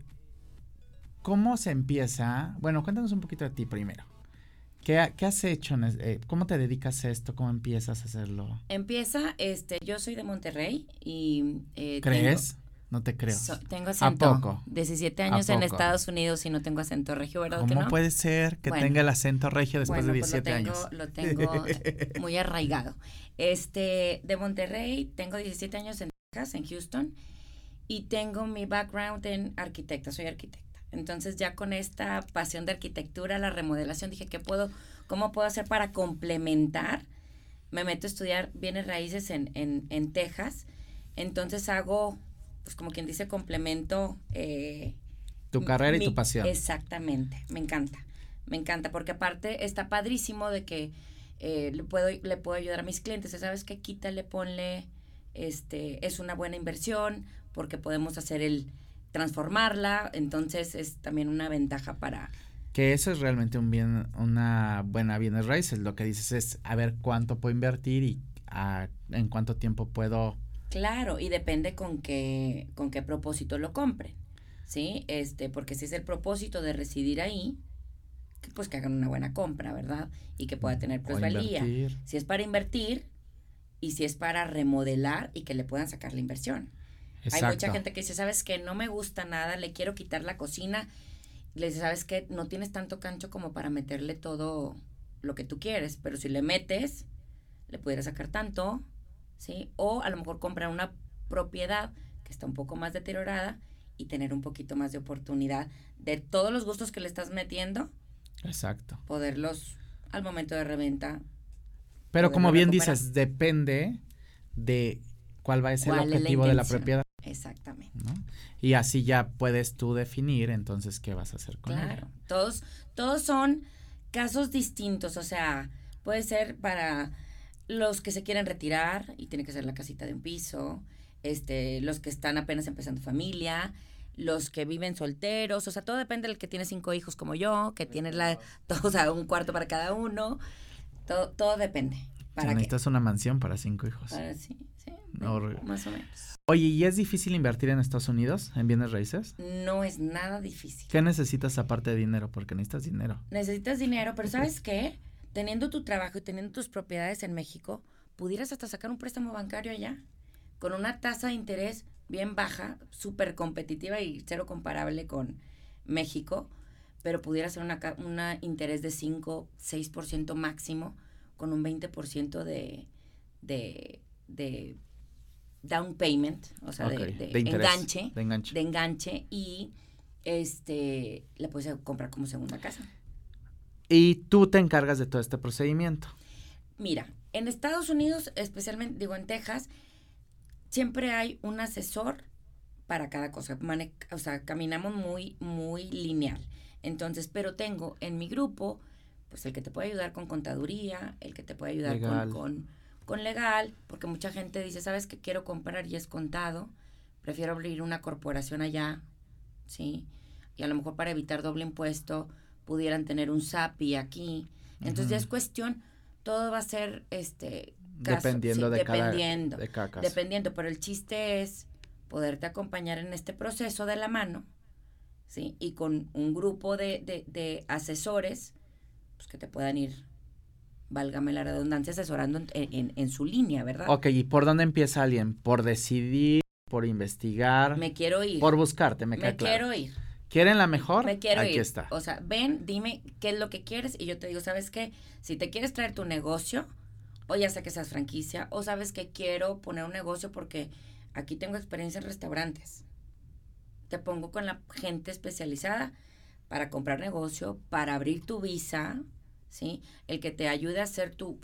¿cómo se empieza? Bueno, cuéntanos un poquito de ti primero. ¿Qué has hecho? ¿Cómo te dedicas a esto? ¿Cómo empiezas a hacerlo? Empieza, yo soy de Monterrey y... ¿Crees? No te creo. Tengo acento. ¿A poco? 17 años en Estados Unidos y no tengo acento regio, ¿verdad que no? ¿Cómo puede ser que tenga el acento regio después de 17 años? Lo tengo muy arraigado. De Monterrey, tengo 17 años en Texas, en Houston, y tengo mi background en arquitecta, soy arquitecta. Entonces ya con esta pasión de arquitectura, la remodelación, dije, ¿cómo puedo hacer para complementar? Me meto a estudiar bienes raíces en Texas. Entonces hago, pues como quien dice, complemento. Tu carrera y tu pasión. Exactamente, me encanta, porque aparte está padrísimo de que le puedo ayudar a mis clientes. ¿Sabes qué? Quítale, ponle, es una buena inversión, porque podemos hacer transformarla, entonces es también una ventaja para... Que eso es realmente una buena bienes raíces. Lo que dices es, a ver cuánto puedo invertir y en cuánto tiempo puedo... Claro, y depende con qué propósito lo compren, ¿sí? Porque si es el propósito de residir ahí, pues que hagan una buena compra, ¿verdad? Y que pueda tener O plusvalía. invertir. Si es para invertir y si es para remodelar y que le puedan sacar la inversión. Exacto. Hay mucha gente que dice, ¿sabes qué? No me gusta nada, le quiero quitar la cocina. Le dice, ¿sabes qué? No tienes tanto cancho como para meterle todo lo que tú quieres, pero si le metes, le pudieras sacar tanto, ¿sí? O a lo mejor comprar una propiedad que está un poco más deteriorada y tener un poquito más de oportunidad de todos los gustos que le estás metiendo, Exacto. poderlos al momento de reventa. Pero poderlo como bien recuperar. dices, depende de cuál va a ser el ¿Cuál es la objetivo de la intención? propiedad, Exactamente. ¿no? Y así ya puedes tú definir entonces qué vas a hacer con Claro, ella. todos son casos distintos, o sea, puede ser para los que se quieren retirar y tiene que ser la casita de un piso, los que están apenas empezando familia, los que viven solteros, o sea, todo depende del que tiene 5 hijos como yo, que tiene o sea, un cuarto para cada uno, todo depende. ¿Para qué? Necesitas una mansión para 5 hijos. Sí, No, más o menos. Oye, ¿y es difícil invertir en Estados Unidos en bienes raíces? No es nada difícil. ¿Qué necesitas aparte de dinero? Porque necesitas dinero. Necesitas dinero, pero ¿sabes qué? Teniendo tu trabajo y teniendo tus propiedades en México, pudieras hasta sacar un préstamo bancario allá, con una tasa de interés bien baja, súper competitiva y cero comparable con México, pero pudiera ser una interés de 5, 6% máximo, con un 20% de down payment, o sea, Ok, de interés, enganche, de enganche. y la puedes comprar como segunda casa. Y tú te encargas de todo este procedimiento. Mira, en Estados Unidos, especialmente, digo, en Texas, siempre hay un asesor para cada cosa. O sea, caminamos muy, muy lineal. Entonces, pero tengo en mi grupo, pues el que te puede ayudar con contaduría, el que te puede ayudar Legal. con legal, porque mucha gente dice, ¿sabes qué quiero comprar y es contado? Prefiero abrir una corporación allá, ¿sí? Y a lo mejor para evitar doble impuesto pudieran tener un SAPI aquí. Entonces ya es cuestión, todo va a ser Dependiendo de cada caso. Dependiendo, pero el chiste es poderte acompañar en este proceso de la mano, ¿sí? Y con un grupo de asesores, pues que te puedan ir, válgame la redundancia, asesorando en su línea, ¿verdad? Ok, ¿y por dónde empieza alguien? ¿Por decidir? ¿Por investigar? Me quiero ir. Por buscarte, me queda claro. Quiero ir. ¿Quieren la mejor? Me quiero Aquí ir. está. O sea, ven, dime qué es lo que quieres y yo te digo, ¿sabes qué? Si te quieres traer tu negocio, o ya sea que seas franquicia, o sabes que quiero poner un negocio porque aquí tengo experiencia en restaurantes. Te pongo con la gente especializada para comprar negocio, para abrir tu visa, ¿sí? El que te ayude a hacer tu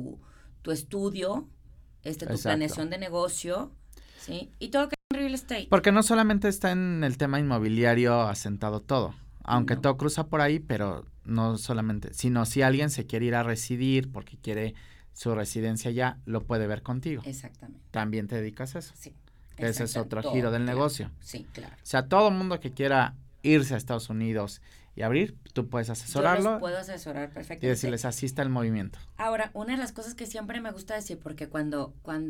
estudio, tu Exacto. planeación de negocio, ¿sí? Y todo que en real estate. Porque no solamente está en el tema inmobiliario asentado todo, aunque No. todo cruza por ahí, pero no solamente, sino si alguien se quiere ir a residir porque quiere su residencia ya, lo puede ver contigo. Exactamente. También te dedicas a eso. Sí. Que ese es Exacto. otro giro del Claro. negocio. Sí, claro. O sea, todo mundo que quiera irse a Estados Unidos y abrir, tú puedes Yo asesorarlo los puedo asesorar y perfectamente. decirles asista al movimiento. Ahora, una de las cosas que siempre me gusta decir, porque cuando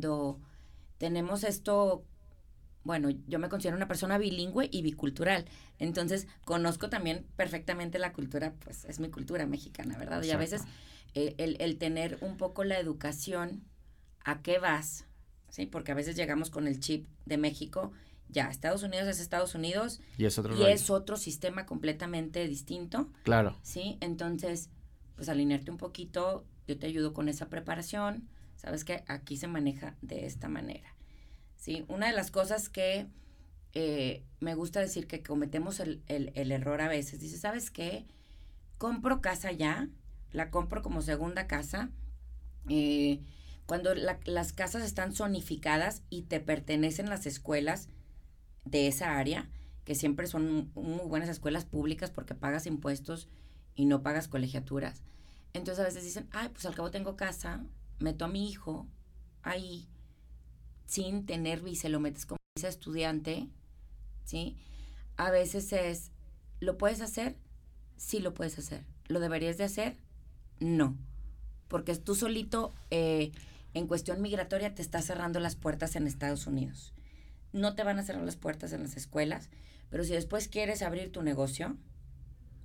tenemos esto, bueno, yo me considero una persona bilingüe y bicultural, entonces conozco también perfectamente la cultura, pues es mi cultura mexicana, ¿verdad? Y a veces el tener un poco la educación, ¿a qué vas? ¿Sí? Porque a veces llegamos con el chip de México, ya, Estados Unidos es Estados Unidos Y es otro y rollo. es otro sistema completamente distinto. Claro. ¿Sí? Entonces, pues alinearte un poquito, yo te ayudo con esa preparación, sabes que aquí se maneja de esta manera, ¿sí? Una de las cosas que me gusta decir que cometemos el error a veces, dice, ¿sabes qué? Compro casa ya, la compro como segunda casa, cuando las casas están zonificadas y te pertenecen las escuelas de esa área, que siempre son muy buenas escuelas públicas porque pagas impuestos y no pagas colegiaturas. Entonces a veces dicen, ay, pues al cabo tengo casa, meto a mi hijo ahí sin tener visa, lo metes como visa estudiante, ¿sí? A veces ¿lo puedes hacer? Sí lo puedes hacer. ¿Lo deberías de hacer? No. Porque tú solito, en cuestión migratoria, te estás cerrando las puertas en Estados Unidos. No te van a cerrar las puertas en las escuelas, pero si después quieres abrir tu negocio,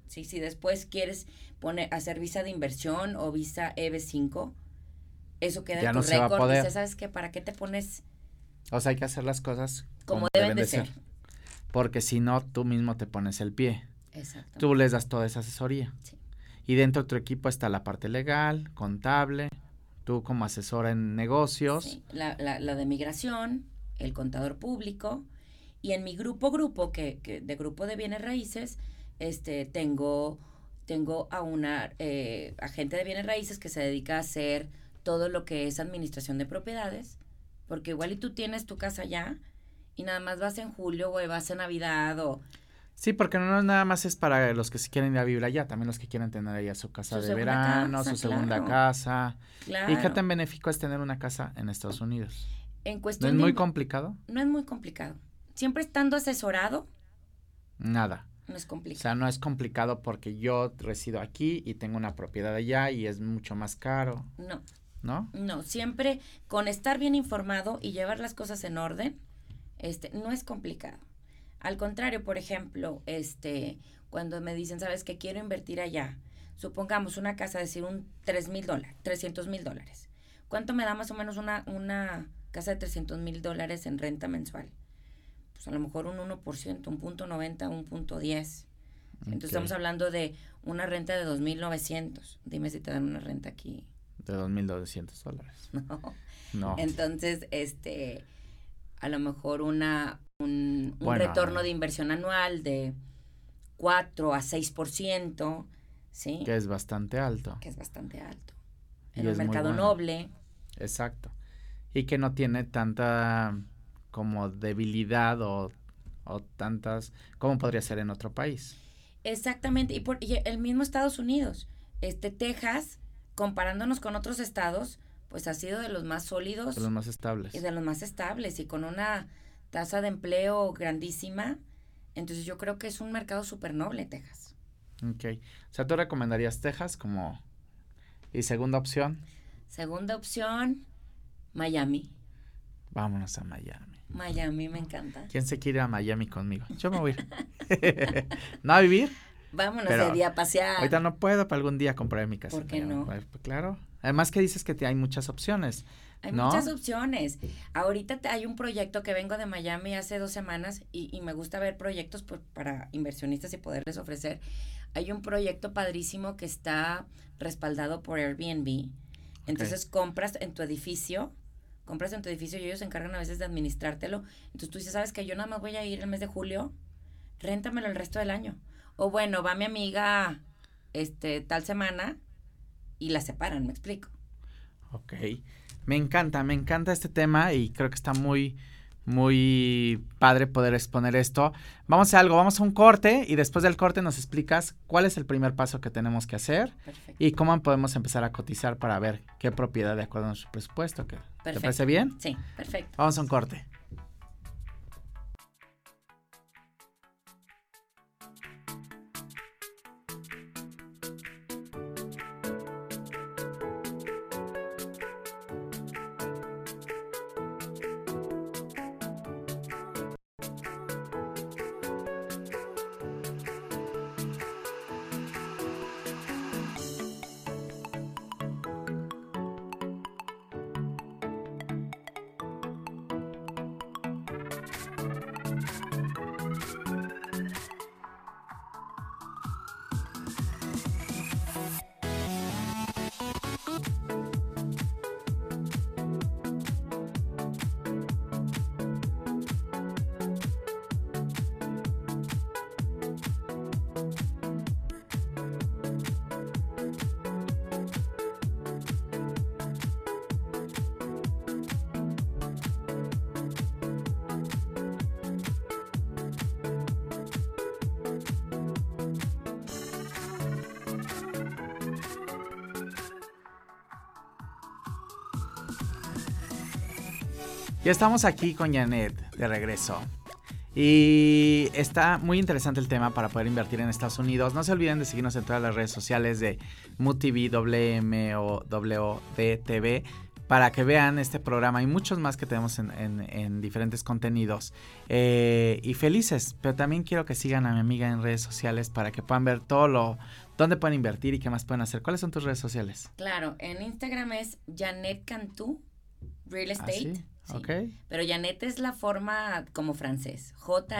¿sí? Si después quieres hacer visa de inversión o visa EB5, eso queda Ya en no tu se va a récord. poder. Dices, ¿sabes qué? ¿Para qué te pones O sea, hay que hacer las cosas como deben de ser? Porque si no, tú mismo te pones el pie. Exacto. Tú les das toda esa asesoría. Sí. Y dentro de tu equipo está la parte legal, contable, tú como asesora en negocios. Sí, la de migración, el contador público, y en mi grupo que de grupo de bienes raíces, tengo a una agente de bienes raíces que se dedica a hacer todo lo que es administración de propiedades, porque igual y tú tienes tu casa ya y nada más vas en julio o vas en Navidad o Sí, porque no nada más es para los que se quieren ir a vivir allá, también los que quieren tener allá su casa Su de segunda verano, casa, su segunda claro. casa. claro. ¿Y qué tan benéfico es tener una casa en Estados Unidos? En ¿No cuestión es de muy complicado? no es muy complicado. Siempre estando asesorado, Nada. no es O complicado. sea, no es complicado porque yo resido aquí y tengo una propiedad allá y es mucho más caro, No. ¿no? No, siempre con estar bien informado y llevar las cosas en orden, no es complicado. Al contrario, por ejemplo, cuando me dicen, ¿sabes qué? Quiero invertir allá. Supongamos una casa, decir un $300,000, $300,000. ¿Cuánto me da más o menos una casa de $300,000 en renta mensual? Pues a lo mejor un 1%, un 0.90, un 0.10. Entonces estamos hablando de una renta de $2,900. Dime si te dan una renta aquí. De $2,200. No. No. Entonces, a lo mejor un Bueno, retorno de inversión anual de 4 a 6%, ¿sí? Que es bastante alto. Que es bastante alto. Y En un es muy mercado bueno. noble. Exacto. Y que no tiene tanta como debilidad o tantas como podría ser en otro país. Exactamente. Y el mismo Estados Unidos. Texas, comparándonos con otros estados, pues ha sido de los más sólidos. De los más estables. Y de los más estables y con una tasa de empleo grandísima. Entonces yo creo que es un mercado súper noble, Texas. Ok. O sea, ¿tú recomendarías Texas como... y segunda opción? Segunda opción, Miami. Vámonos a Miami. Miami me encanta. ¿Quién se quiere ir a Miami conmigo? Yo me voy a ir. ¿No a vivir? Vámonos Pero de día a pasear. Ahorita no puedo, pero algún día compraré mi casa. ¿Por qué no? Pues, claro. Además que dices que hay muchas opciones. Hay ¿no? muchas opciones. Ahorita hay un proyecto que vengo de Miami hace 2 semanas y me gusta ver proyectos para inversionistas y poderles ofrecer. Hay un proyecto padrísimo que está respaldado por Airbnb. Entonces compras en tu edificio y ellos se encargan a veces de administrártelo. Entonces tú dices, ¿sabes qué? Yo nada más voy a ir el mes de julio, réntamelo el resto del año. O bueno, va mi amiga tal semana y la separan, ¿me explico? Ok. Me encanta este tema y creo que está muy, muy padre poder exponer esto. Vamos a hacer algo, vamos a un corte y después del corte nos explicas cuál es el primer paso que tenemos que hacer. Perfecto. Y cómo podemos empezar a cotizar para ver qué propiedad de acuerdo a nuestro presupuesto. ¿Te parece bien? Sí, perfecto. Vamos a un corte. Ya estamos aquí con Janet de regreso. Y está muy interesante el tema para poder invertir en Estados Unidos. No se olviden de seguirnos en todas las redes sociales de MUTV, WMOWDTV. para que vean este programa y muchos más que tenemos en diferentes contenidos. Y felices, pero también quiero que sigan a mi amiga en redes sociales para que puedan ver dónde pueden invertir y qué más pueden hacer. ¿Cuáles son tus redes sociales? Claro, en Instagram es Janet Cantú Real Estate. ¿Sí? Sí. Ok. Pero Janet es la forma como francés.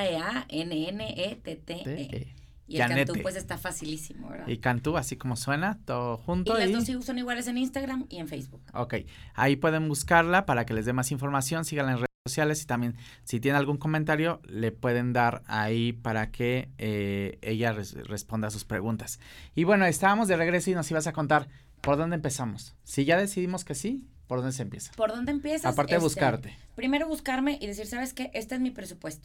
Jeannette. Y el Janete. Cantú pues está facilísimo, ¿verdad? Y Cantú, así como suena, todo junto. Y las dos sí son iguales en Instagram y en Facebook. Ok, ahí pueden buscarla para que les dé más información, síganla en redes sociales y también si tienen algún comentario le pueden dar ahí para que ella responda a sus preguntas. Y bueno, estábamos de regreso y nos ibas a contar por dónde empezamos. Si ya decidimos que sí, ¿por dónde se empieza? ¿Por dónde empiezas? Aparte de buscarte. Primero buscarme y decir, ¿sabes qué? Este es mi presupuesto.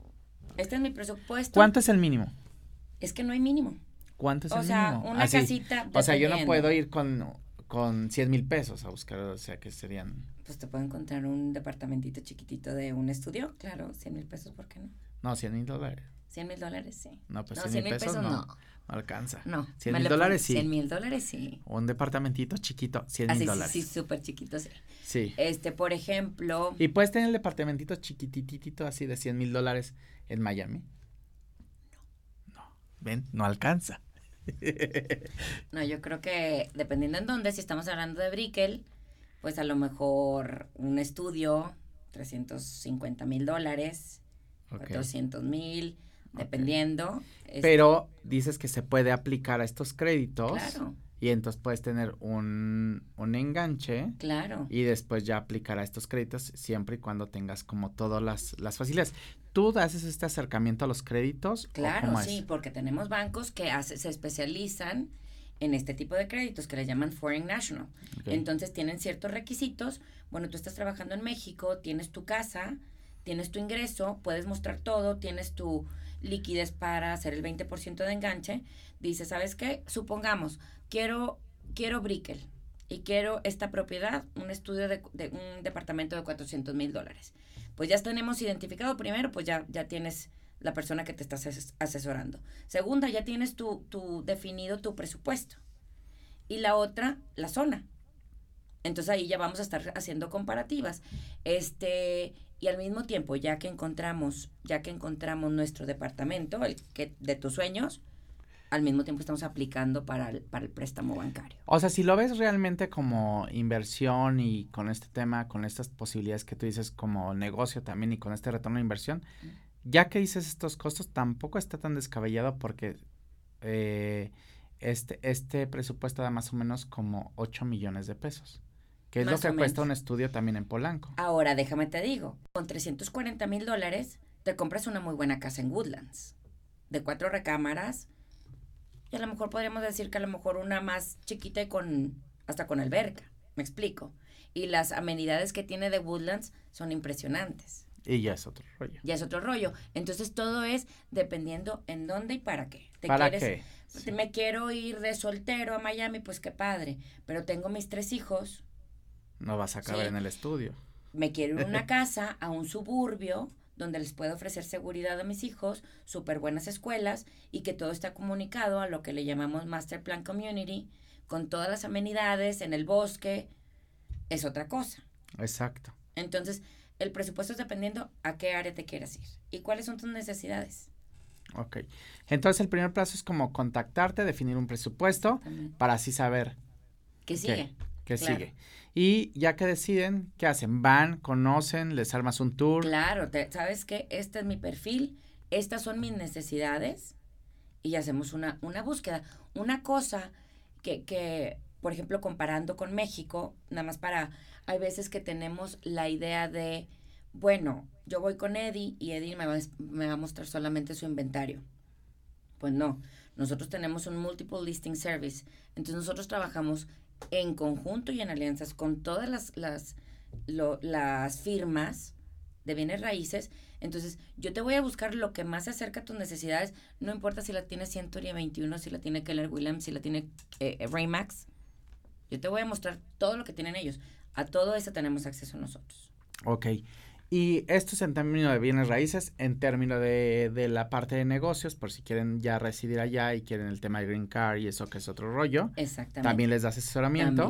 ¿Cuánto es el mínimo? Es que no hay mínimo. ¿Cuánto es el O sea, mínimo? una casita. O sea, yo no dependiendo. puedo ir con 100,000 pesos a buscar, o sea, que serían... Pues te puedo encontrar un departamentito chiquitito de un estudio. Claro, 100,000 pesos, ¿por qué no? No, $100,000. 100,000 sí. No, pues No, 100,000 pesos no. no. No alcanza. No. $100,000 sí. $100,000 sí. Un departamentito chiquito, $100,000. Sí, súper chiquito, sí. Sí. Por ejemplo. ¿Y puedes tener el departamentito chiquititito así de $100,000 en Miami? No. Ven, no alcanza. No, yo creo que dependiendo en dónde, si estamos hablando de Brickell, pues a lo mejor un estudio, $350,000, Ok. $400,000, dependiendo. Pero dices que se puede aplicar a estos créditos. Claro, Y entonces puedes tener un enganche. claro. Y después ya aplicar a estos créditos siempre y cuando tengas como todas las facilidades. ¿Tú haces este acercamiento a los créditos? ¿O Claro, cómo sí, es? porque tenemos bancos que se especializan en este tipo de créditos que le llaman Foreign National. Ok. Entonces tienen ciertos requisitos. Bueno, tú estás trabajando en México, tienes tu casa, tienes tu ingreso, puedes mostrar todo, tienes tu liquidez para hacer el 20% de enganche. Dices, ¿sabes qué? Supongamos, quiero Brickell y quiero esta propiedad, un estudio de un departamento de $400,000. Pues ya tenemos identificado primero, pues ya tienes la persona que te está asesorando. Segunda, ya tienes definido tu presupuesto. Y la otra, la zona. Entonces ahí ya vamos a estar haciendo comparativas. Y al mismo tiempo, ya que encontramos nuestro departamento, el que de tus sueños, al mismo tiempo estamos aplicando para el préstamo bancario. O sea, si lo ves realmente como inversión y con este tema, con estas posibilidades que tú dices como negocio también y con este retorno de inversión, ya que dices estos costos, tampoco está tan descabellado porque este presupuesto da más o menos como 8 millones de pesos, que es Más lo que o cuesta menos. un estudio también en Polanco. Ahora, déjame te digo, con $340,000 te compras una muy buena casa en Woodlands, de 4 recámaras, y a lo mejor podríamos decir que a lo mejor una más chiquita y hasta con alberca, me explico. Y las amenidades que tiene de Woodlands son impresionantes. Y ya es otro rollo. Ya es otro rollo. Entonces todo es dependiendo en dónde y para qué. ¿Para qué? Sí. Me quiero ir de soltero a Miami, pues qué padre, pero tengo mis 3 hijos. No vas a caber Sí. en el estudio. Me quiero ir a una casa, a un suburbio, donde les puedo ofrecer seguridad a mis hijos, súper buenas escuelas, y que todo está comunicado a lo que le llamamos Master Plan Community, con todas las amenidades en el bosque, es otra cosa. Exacto. Entonces, el presupuesto es dependiendo a qué área te quieras ir y cuáles son tus necesidades. Ok. Entonces el primer paso es como contactarte, definir un presupuesto También. para así saber ¿Qué sigue? qué Claro. sigue. Y ya que deciden, ¿qué hacen? Van, conocen, les armas un tour. Claro, ¿sabes qué? Este es mi perfil, estas son mis necesidades y hacemos una búsqueda. Una cosa que, por ejemplo, comparando con México, nada más hay veces que tenemos la idea de, bueno, yo voy con Eddie y Eddie me va a mostrar solamente su inventario. Pues no, nosotros tenemos un multiple listing service, entonces nosotros trabajamos en conjunto y en alianzas con todas las firmas de bienes raíces. Entonces yo te voy a buscar lo que más se acerca a tus necesidades, no importa si la tiene Century 21, si la tiene Keller Williams, si la tiene Remax. Yo te voy a mostrar todo lo que tienen ellos. A todo eso tenemos acceso nosotros. Ok. Y esto es en términos de bienes raíces, en términos de la parte de negocios, por si quieren ya residir allá y quieren el tema de Green Card y eso que es otro rollo. Exactamente. También les da asesoramiento. También.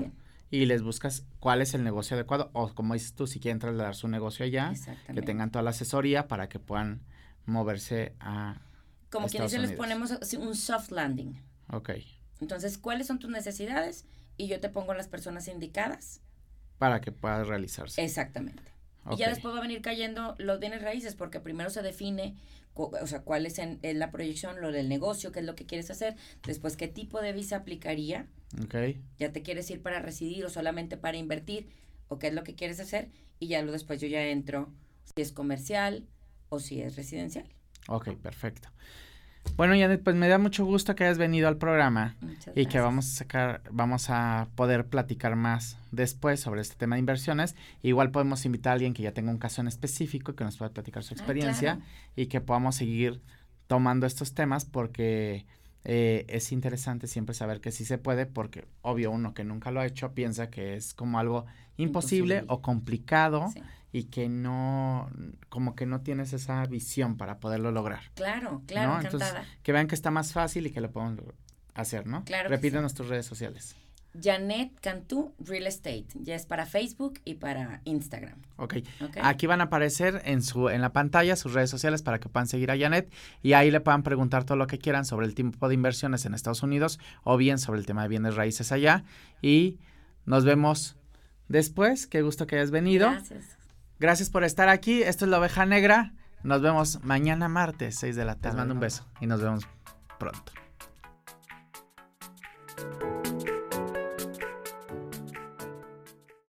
y les buscas cuál es el negocio adecuado o como dices tú, si quieren trasladar su negocio allá, que tengan toda la asesoría para que puedan moverse a como quien Estados dice, les Unidos. ponemos un soft landing. Ok. Entonces, ¿cuáles son tus necesidades? Y yo te pongo las personas indicadas. Para que pueda realizarse. Exactamente. Ok. Y ya después va a venir cayendo los bienes raíces, porque primero se define, o sea, cuál es la proyección, lo del negocio, qué es lo que quieres hacer, después qué tipo de visa aplicaría, Ok. ya te quieres ir para residir o solamente para invertir, o qué es lo que quieres hacer, y ya después yo ya entro si es comercial o si es residencial. Ok, perfecto. Bueno, Janet, pues me da mucho gusto que hayas venido al programa. Muchas Y que gracias. vamos a poder platicar más después sobre este tema de inversiones. Igual podemos invitar a alguien que ya tenga un caso en específico y que nos pueda platicar su experiencia Claro. y que podamos seguir tomando estos temas porque es interesante siempre saber que sí se puede porque obvio uno que nunca lo ha hecho piensa que es como algo imposible. O complicado Sí. y que no, como que no tienes esa visión para poderlo lograr. Claro, ¿no? encantada. Entonces, que vean que está más fácil y que lo podemos hacer, ¿no? Claro que Repítenos tus redes sociales. Janet Cantú Real Estate, ya es para Facebook y para Instagram. Ok. ¿Ok? Aquí van a aparecer en la pantalla sus redes sociales para que puedan seguir a Janet y ahí le puedan preguntar todo lo que quieran sobre el tipo de inversiones en Estados Unidos o bien sobre el tema de bienes raíces allá. Y nos vemos después. Qué gusto que hayas venido. Gracias. Gracias por estar aquí. Esto es La Oveja Negra. Nos vemos mañana martes, 6 de la tarde. Les mando un beso y nos vemos pronto.